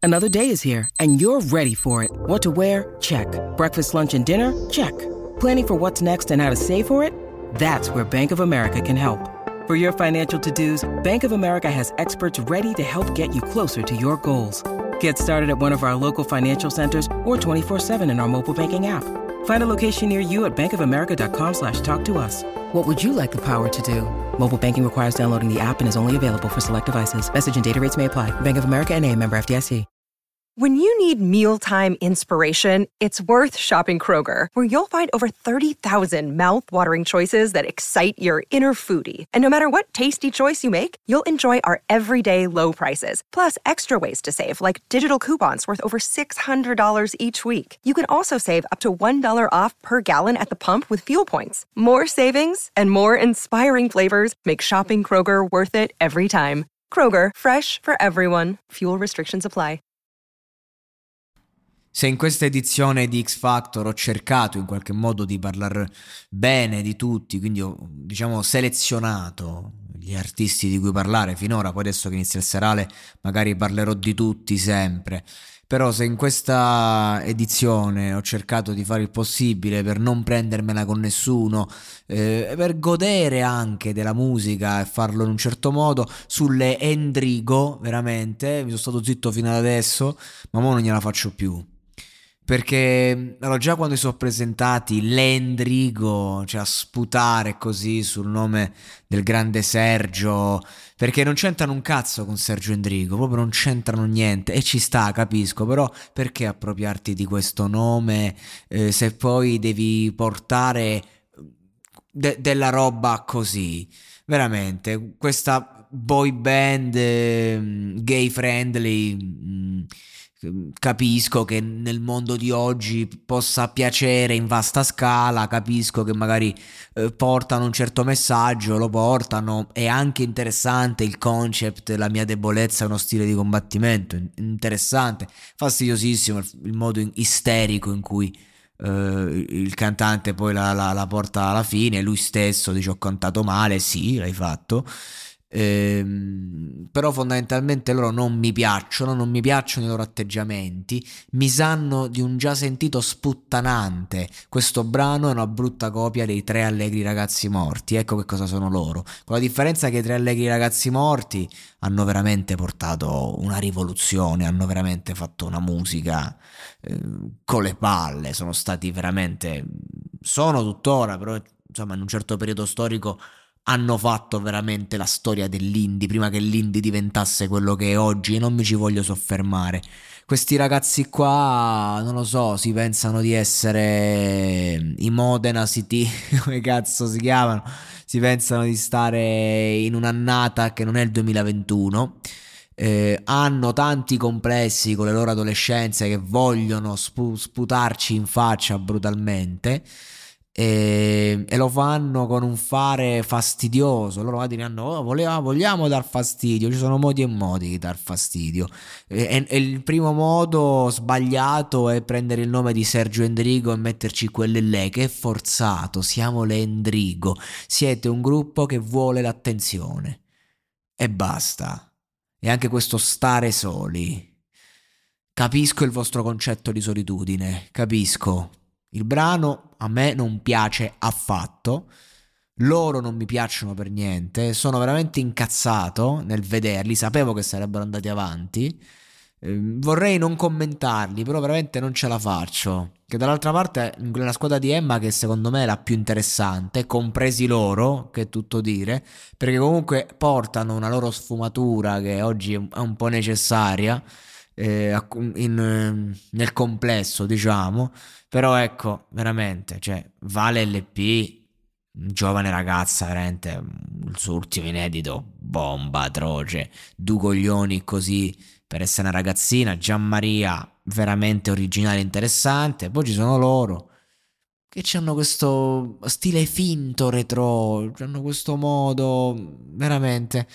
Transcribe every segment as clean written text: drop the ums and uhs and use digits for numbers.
Another day is here, and you're ready for it. What to wear? Check. Breakfast, lunch, and dinner? Check. Planning for what's next and how to save for it? That's where Bank of America can help. For your financial to-dos, Bank of America has experts ready to help get you closer to your goals. Get started at one of our local financial centers or 24/7 in our mobile banking app. Find a location near you at bankofamerica.com/talktous. What would you like the power to do? Mobile banking requires downloading the app and is only available for select devices. Message and data rates may apply. Bank of America N.A., member FDIC. When you need mealtime inspiration, it's worth shopping Kroger, where you'll find over 30,000 mouth-watering choices that excite your inner foodie. And no matter what tasty choice you make, you'll enjoy our everyday low prices, plus extra ways to save, like digital coupons worth over $600 each week. You can also save up to $1 off per gallon at the pump with fuel points. More savings and more inspiring flavors make shopping Kroger worth it every time. Kroger, fresh for everyone. Fuel restrictions apply. Se in questa edizione di X Factor ho cercato in qualche modo di parlare bene di tutti, quindi ho, diciamo, selezionato gli artisti di cui parlare finora, poi adesso che inizia il serale magari parlerò di tutti sempre, però se in questa edizione ho cercato di fare il possibile per non prendermela con nessuno, per godere anche della musica e farlo in un certo modo, sulle Endrigo, veramente, mi sono stato zitto fino ad adesso, ma mo non gliela faccio più. Perché allora, già quando si sono presentati l'Endrigo, cioè a sputare così sul nome del grande Sergio, perché non c'entrano un cazzo con Sergio Endrigo, proprio non c'entrano niente, e ci sta, capisco, però perché appropriarti di questo nome se poi devi portare della roba così? Veramente, questa boy band gay friendly, capisco che nel mondo di oggi possa piacere in vasta scala, capisco che magari portano un certo messaggio, lo portano, è anche interessante il concept, la mia debolezza è uno stile di combattimento, interessante, fastidiosissimo il modo isterico in cui il cantante poi la porta alla fine, lui stesso dice ho cantato male, sì, l'hai fatto. Però fondamentalmente loro non mi piacciono i loro atteggiamenti, mi sanno di un già sentito sputtanante. Questo brano è una brutta copia dei Tre Allegri Ragazzi Morti, ecco che cosa sono loro, con la differenza che i Tre Allegri Ragazzi Morti hanno veramente portato una rivoluzione, hanno veramente fatto una musica con le palle, sono stati veramente, sono tuttora, però insomma in un certo periodo storico hanno fatto veramente la storia dell'indie, prima che l'indie diventasse quello che è oggi, e non mi ci voglio soffermare. Questi ragazzi qua, non lo so, si pensano di essere i Modena City, come cazzo si chiamano, si pensano di stare in un'annata che non è il 2021, hanno tanti complessi con le loro adolescenze che vogliono sputarci in faccia brutalmente. E lo fanno con un fare fastidioso. Loro diranno vogliamo dar fastidio, ci sono modi e modi di dar fastidio, e il primo modo sbagliato è prendere il nome di Sergio Endrigo e metterci quelle lei, che è forzato. Siamo le Endrigo, siete un gruppo che vuole l'attenzione e basta. E anche questo stare soli, capisco il vostro concetto di solitudine, capisco. Il brano a me non piace affatto, loro non mi piacciono per niente, sono veramente incazzato nel vederli, sapevo che sarebbero andati avanti, vorrei non commentarli, però veramente non ce la faccio. Che dall'altra parte la squadra di Emma, che secondo me è la più interessante, compresi loro, che è tutto dire, perché comunque portano una loro sfumatura che oggi è un po' necessaria nel complesso, diciamo. Però ecco, veramente, cioè Vale LP, giovane ragazza, veramente il suo ultimo inedito, bomba atroce, due coglioni così per essere una ragazzina. Gianmaria, veramente originale e interessante. Poi ci sono loro che hanno questo stile finto retro, hanno questo modo veramente.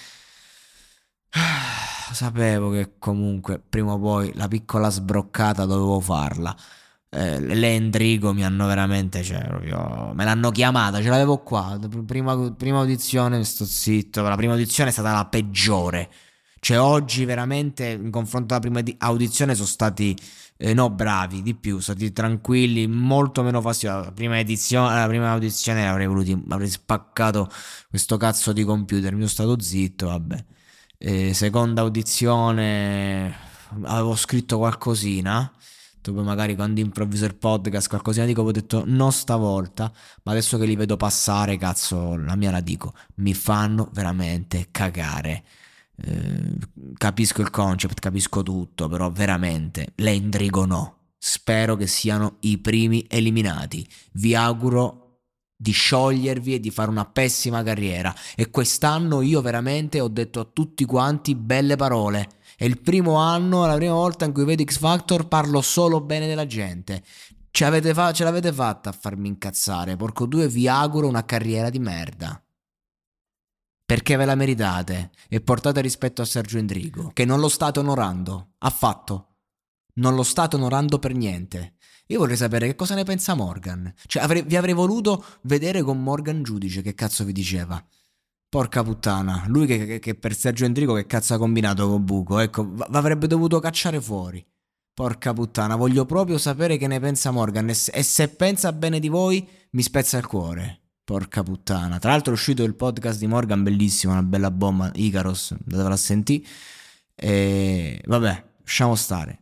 Sapevo che comunque prima o poi la piccola sbroccata dovevo farla. Le Endrigo mi hanno veramente, cioè proprio me l'hanno chiamata, ce l'avevo qua prima audizione, sto zitto. La prima audizione è stata la peggiore, Cioè oggi veramente in confronto alla prima audizione sono stati no bravi, di più, sono stati tranquilli, molto meno fastidiosi. La prima audizione avrei spaccato questo cazzo di computer, mi sono stato zitto, vabbè. Seconda audizione avevo scritto qualcosina, dove magari quando improvviso il podcast qualcosina dico, ho detto no stavolta, ma adesso che li vedo passare, cazzo, la mia la dico, mi fanno veramente cagare. Capisco il concept, capisco tutto, però veramente l'Endrigo no. Spero che siano i primi eliminati. Vi auguro di sciogliervi e di fare una pessima carriera. E quest'anno io veramente ho detto a tutti quanti belle parole. È il primo anno, è la prima volta in cui vedo X Factor, parlo solo bene della gente. Ce l'avete fatta a farmi incazzare. Porco due, vi auguro una carriera di merda. Perché ve la meritate e portate rispetto a Sergio Endrigo, che non lo state onorando, affatto. Non lo state onorando per niente. Io vorrei sapere che cosa ne pensa Morgan. Cioè, vi avrei voluto vedere con Morgan giudice, che cazzo vi diceva. Porca puttana, lui che per Sergio Endrigo che cazzo ha combinato con Buco, ecco, avrebbe dovuto cacciare fuori. Porca puttana, voglio proprio sapere che ne pensa Morgan e se pensa bene di voi mi spezza il cuore. Porca puttana. Tra l'altro è uscito il podcast di Morgan, bellissimo, una bella bomba, Icaros, andatevela a sentire. E vabbè, lasciamo stare.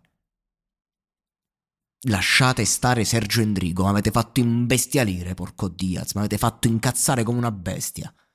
Lasciate stare Sergio Endrigo, mi avete fatto imbestialire, porco Diaz, mi avete fatto incazzare come una bestia.